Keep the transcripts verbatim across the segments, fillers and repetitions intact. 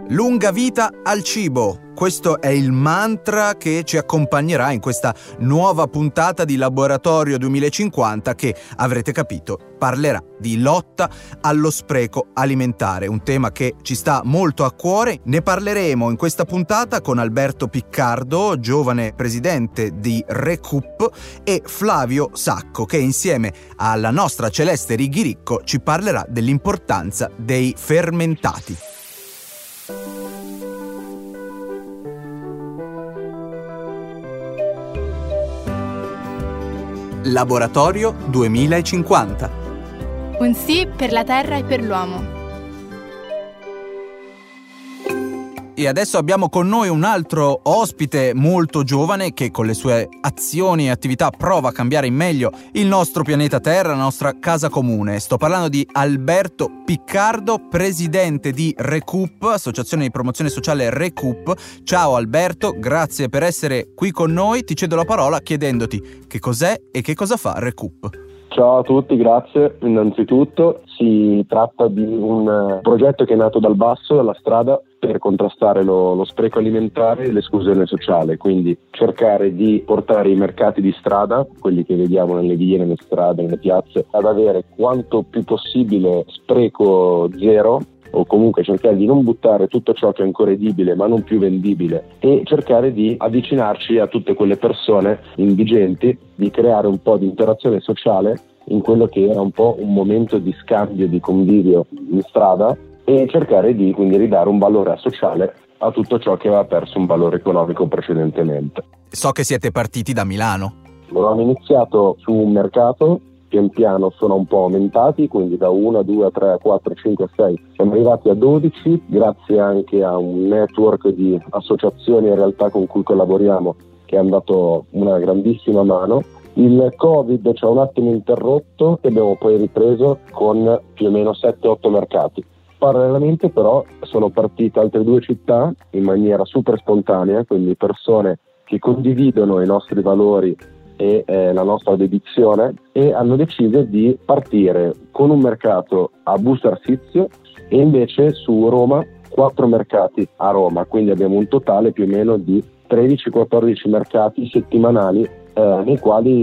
Lunga vita al cibo. Questo è il mantra che ci accompagnerà in questa nuova puntata di Laboratorio duemilacinquanta che, avrete capito, parlerà di lotta allo spreco alimentare, un tema che ci sta molto a cuore. Ne parleremo in questa puntata con Alberto Piccardo, giovane presidente di Recoup, e Flavio Sacco, che insieme alla nostra Celeste Righiricco ci parlerà dell'importanza dei fermentati. Laboratorio duemilacinquanta. Un sì per la terra e per l'uomo. E adesso abbiamo con noi un altro ospite molto giovane che con le sue azioni e attività prova a cambiare in meglio il nostro pianeta Terra, la nostra casa comune. Sto parlando di Alberto Piccardo, presidente di Recoup, associazione di promozione sociale Recoup. Ciao Alberto, grazie per essere qui con noi. Ti cedo la parola chiedendoti che cos'è e che cosa fa Recoup. Ciao a tutti, grazie. Innanzitutto si tratta di un progetto che è nato dal basso, dalla strada, per contrastare lo, lo spreco alimentare e l'esclusione sociale, quindi cercare di portare i mercati di strada, quelli che vediamo nelle vie, nelle strade, nelle piazze, ad avere quanto più possibile spreco zero, o comunque cercare di non buttare tutto ciò che è ancora edibile ma non più vendibile, e cercare di avvicinarci a tutte quelle persone indigenti, di creare un po' di interazione sociale in quello che era un po' un momento di scambio, di convivio in strada, e cercare di quindi ridare un valore sociale a tutto ciò che aveva perso un valore economico precedentemente. So che siete partiti da Milano. Abbiamo iniziato su un mercato, pian piano sono un po' aumentati, quindi da uno, due, tre, quattro, cinque, sei, siamo arrivati a dodici, grazie anche a un network di associazioni e realtà con cui collaboriamo che hanno dato una grandissima mano. Il Covid ci ha un attimo interrotto e abbiamo poi ripreso con più o meno sette otto mercati. Parallelamente però sono partite altre due città in maniera super spontanea, quindi persone che condividono i nostri valori e eh, la nostra dedizione, e hanno deciso di partire con un mercato a Busto Arsizio e invece su Roma quattro mercati a Roma, quindi abbiamo un totale più o meno di tredici quattordici mercati settimanali eh, nei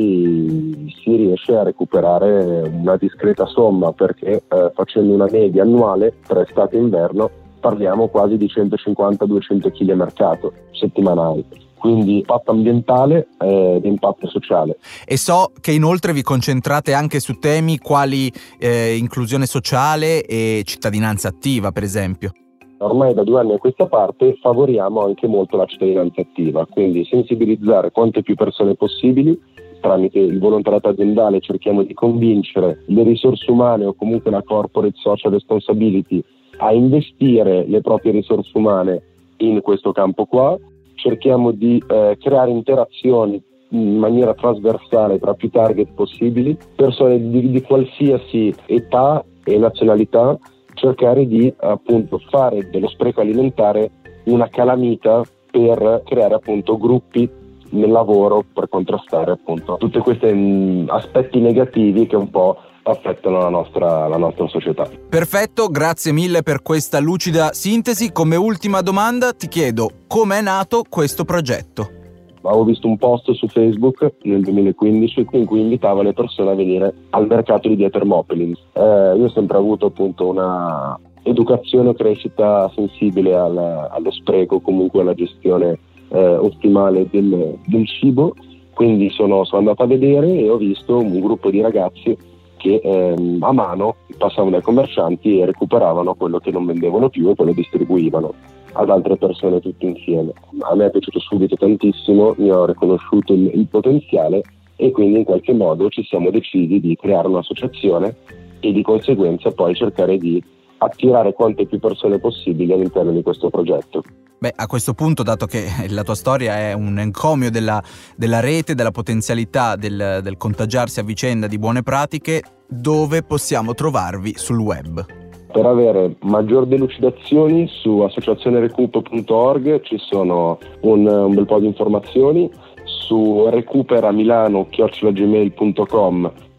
quali si riesce a recuperare una discreta somma, perché eh, facendo una media annuale tra estate e inverno parliamo quasi di centocinquanta duecento chili a mercato settimanali. Quindi impatto ambientale ed impatto sociale. E so che inoltre vi concentrate anche su temi quali eh, inclusione sociale e cittadinanza attiva, per esempio. Ormai da due anni a questa parte favoriamo anche molto la cittadinanza attiva, quindi sensibilizzare quante più persone possibili. Tramite il volontariato aziendale cerchiamo di convincere le risorse umane o comunque la corporate social responsibility a investire le proprie risorse umane in questo campo qua. Cerchiamo di eh, creare interazioni in maniera trasversale tra più target possibili, persone di, di qualsiasi età e nazionalità, cercare di appunto fare dello spreco alimentare una calamita per creare appunto gruppi nel lavoro per contrastare appunto tutti questi mh, aspetti negativi che un po' affettano la nostra, la nostra società. Perfetto, grazie mille per questa lucida sintesi. Come ultima domanda ti chiedo come è nato questo progetto. Avevo visto un post su Facebook nel duemilaquindici in cui invitava le persone a venire al mercato di Via Termopili. Eh, io ho sempre avuto appunto una educazione o crescita sensibile al, allo spreco, comunque alla gestione eh, ottimale del, del cibo, quindi sono, sono andato a vedere e ho visto un gruppo di ragazzi che ehm, a mano passavano dai commercianti e recuperavano quello che non vendevano più e poi lo distribuivano ad altre persone tutti insieme. A me è piaciuto subito tantissimo, mi ho riconosciuto il, il potenziale e quindi in qualche modo ci siamo decisi di creare un'associazione e di conseguenza poi cercare di attirare quante più persone possibili all'interno di questo progetto. Beh, a questo punto, dato che la tua storia è un encomio della, della rete, della potenzialità del, del contagiarsi a vicenda di buone pratiche, dove possiamo trovarvi sul web? Per avere maggior delucidazioni su associazione recup punto org ci sono un, un bel po' di informazioni, su recuperamilano chiocciola gmail punto com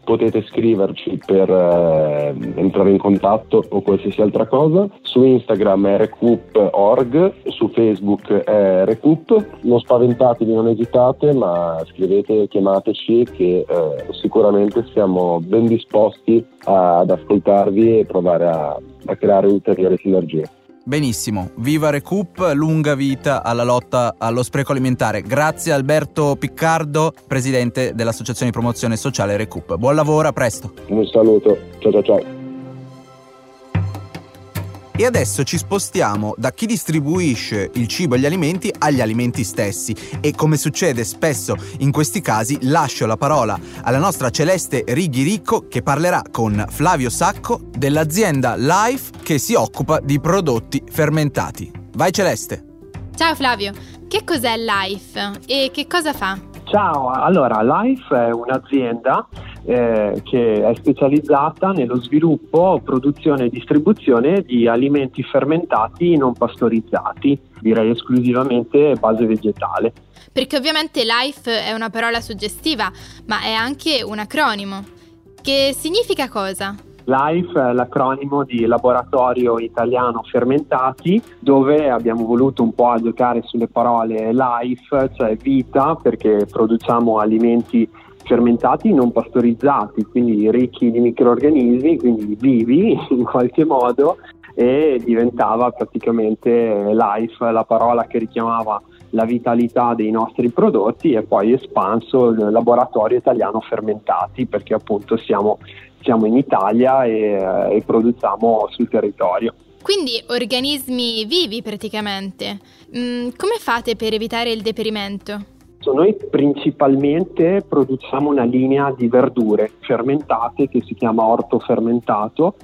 potete scriverci per eh, entrare in contatto o qualsiasi altra cosa. Su Instagram è recoup punto org, su Facebook è recoup. Non spaventatevi, non esitate, ma scrivete, chiamateci, che eh, sicuramente siamo ben disposti a, ad ascoltarvi e provare a, a creare ulteriori sinergie. Benissimo, viva Recoup, lunga vita alla lotta allo spreco alimentare. Grazie Alberto Piccardo, presidente dell'Associazione di Promozione Sociale Recoup. Buon lavoro, a presto. Un saluto, ciao ciao ciao. E adesso ci spostiamo da chi distribuisce il cibo e gli alimenti agli alimenti stessi e, come succede spesso in questi casi, lascio la parola alla nostra Celeste Righi Ricco, che parlerà con Flavio Sacco dell'azienda Life che si occupa di prodotti fermentati. Vai Celeste! Ciao Flavio, che cos'è Life e che cosa fa? Ciao, allora Life è un'azienda eh, che è specializzata nello sviluppo, produzione e distribuzione di alimenti fermentati non pastorizzati, direi esclusivamente base vegetale. Perché ovviamente Life è una parola suggestiva, ma è anche un acronimo. Che significa cosa? Life è l'acronimo di Laboratorio Italiano Fermentati, dove abbiamo voluto un po' giocare sulle parole life, cioè vita, perché produciamo alimenti fermentati non pastorizzati, quindi ricchi di microrganismi, quindi vivi in qualche modo, e diventava praticamente life la parola che richiamava la vitalità dei nostri prodotti, e poi espanso il Laboratorio Italiano Fermentati, perché appunto siamo siamo in Italia e, e produciamo sul territorio. Quindi organismi vivi praticamente. Mm, come fate per evitare il deperimento? Noi principalmente produciamo una linea di verdure fermentate che si chiama orto fermentato,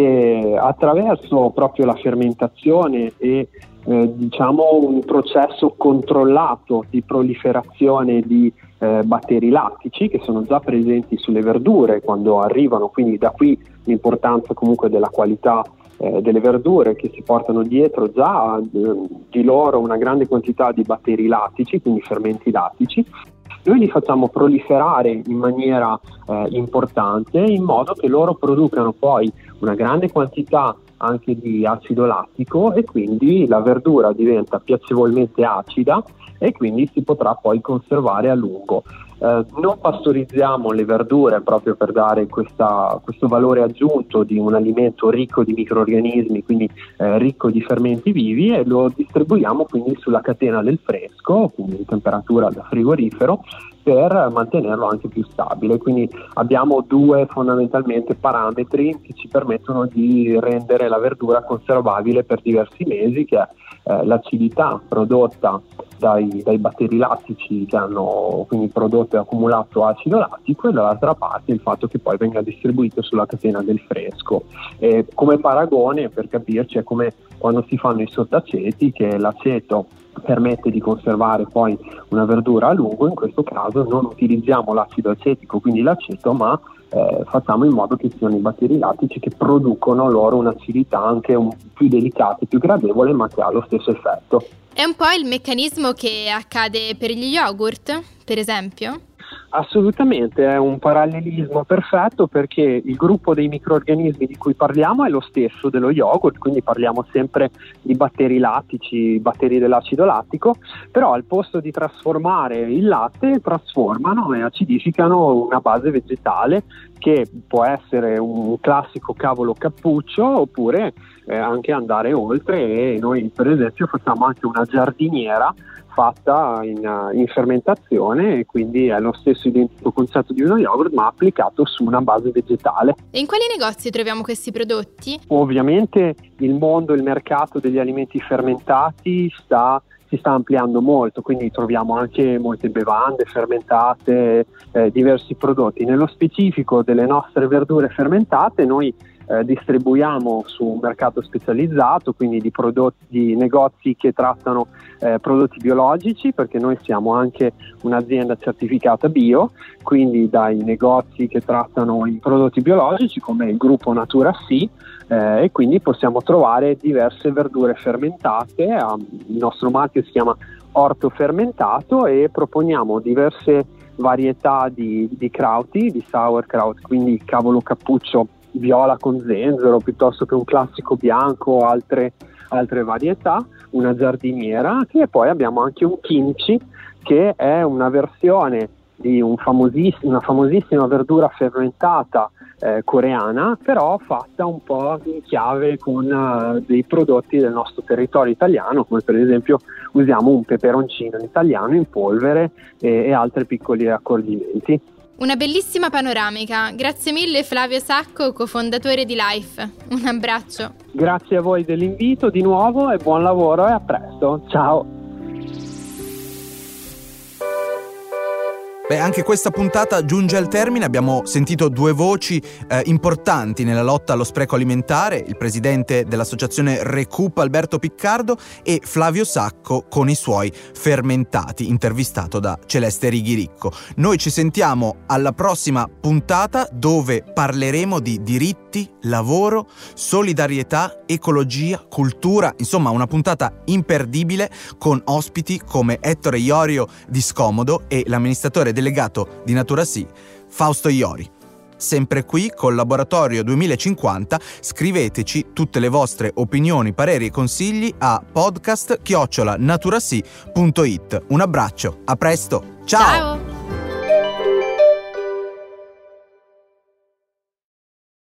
e attraverso proprio la fermentazione e eh, diciamo un processo controllato di proliferazione di eh, batteri lattici che sono già presenti sulle verdure quando arrivano, quindi da qui l'importanza comunque della qualità eh, delle verdure, che si portano dietro già eh, di loro una grande quantità di batteri lattici, quindi fermenti lattici. Noi li facciamo proliferare in maniera eh, importante, in modo che loro producano poi una grande quantità anche di acido lattico, e quindi la verdura diventa piacevolmente acida e quindi si potrà poi conservare a lungo. Eh, non pastorizziamo le verdure proprio per dare questa, questo valore aggiunto di un alimento ricco di microrganismi, quindi eh, ricco di fermenti vivi, e lo distribuiamo quindi sulla catena del fresco, quindi in temperatura da frigorifero, per mantenerlo anche più stabile. Quindi abbiamo due fondamentalmente parametri che ci permettono di rendere la verdura conservabile per diversi mesi, che è eh, l'acidità prodotta dai, dai batteri lattici che hanno quindi prodotto e accumulato acido lattico, e dall'altra parte il fatto che poi venga distribuito sulla catena del fresco. E come paragone, per capirci, è come quando si fanno i sottaceti, che l'aceto permette di conservare poi una verdura a lungo. In questo caso non utilizziamo l'acido acetico, quindi l'aceto, ma eh, facciamo in modo che siano i batteri lattici che producono loro un'acidità anche un, più delicata, più gradevole, ma che ha lo stesso effetto. È un po' il meccanismo che accade per gli yogurt, per esempio? Assolutamente, è un parallelismo perfetto, perché il gruppo dei microrganismi di cui parliamo è lo stesso dello yogurt, quindi parliamo sempre di batteri lattici, batteri dell'acido lattico, però al posto di trasformare il latte trasformano e acidificano una base vegetale, che può essere un classico cavolo cappuccio, oppure eh, anche andare oltre, e noi per esempio facciamo anche una giardiniera fatta in, in fermentazione, e quindi è lo stesso identico concetto di uno yogurt, ma applicato su una base vegetale. E in quali negozi troviamo questi prodotti? Ovviamente il mondo, il mercato degli alimenti fermentati sta si sta ampliando molto, quindi troviamo anche molte bevande fermentate, eh, diversi prodotti. Nello specifico delle nostre verdure fermentate, noi eh, distribuiamo su un mercato specializzato, quindi di prodotti, di negozi che trattano eh, prodotti biologici, perché noi siamo anche un'azienda certificata bio, quindi dai negozi che trattano i prodotti biologici come il gruppo Natura Sì, eh, e quindi possiamo trovare diverse verdure fermentate. Il nostro marchio si chiama Orto Fermentato, e proponiamo diverse varietà di, di krauti, di sauerkraut, quindi cavolo cappuccio viola con zenzero piuttosto che un classico bianco o altre, altre varietà, una giardiniera, e poi abbiamo anche un kimchi, che è una versione di un famosiss- una famosissima verdura fermentata eh, coreana, però fatta un po' in chiave con uh, dei prodotti del nostro territorio italiano, come per esempio usiamo un peperoncino italiano in polvere e, e altri piccoli accorgimenti. Una bellissima panoramica. Grazie mille Flavio Sacco, cofondatore di Life. Un abbraccio. Grazie a voi dell'invito di nuovo e buon lavoro e a presto. Ciao. Beh, anche questa puntata giunge al termine. Abbiamo sentito due voci eh, importanti nella lotta allo spreco alimentare, il presidente dell'associazione Recoup Alberto Piccardo e Flavio Sacco con i suoi fermentati, intervistato da Celeste Righiricco. Noi ci sentiamo alla prossima puntata, dove parleremo di diritti, lavoro, solidarietà, ecologia, cultura, insomma una puntata imperdibile con ospiti come Ettore Iorio di Scomodo e l'amministratore delegato di Naturasì, Fausto Iori. Sempre qui col Laboratorio duemilacinquanta, scriveteci tutte le vostre opinioni, pareri e consigli a podcast chiocciola naturasì punto it. Un abbraccio, a presto, ciao! Ciao!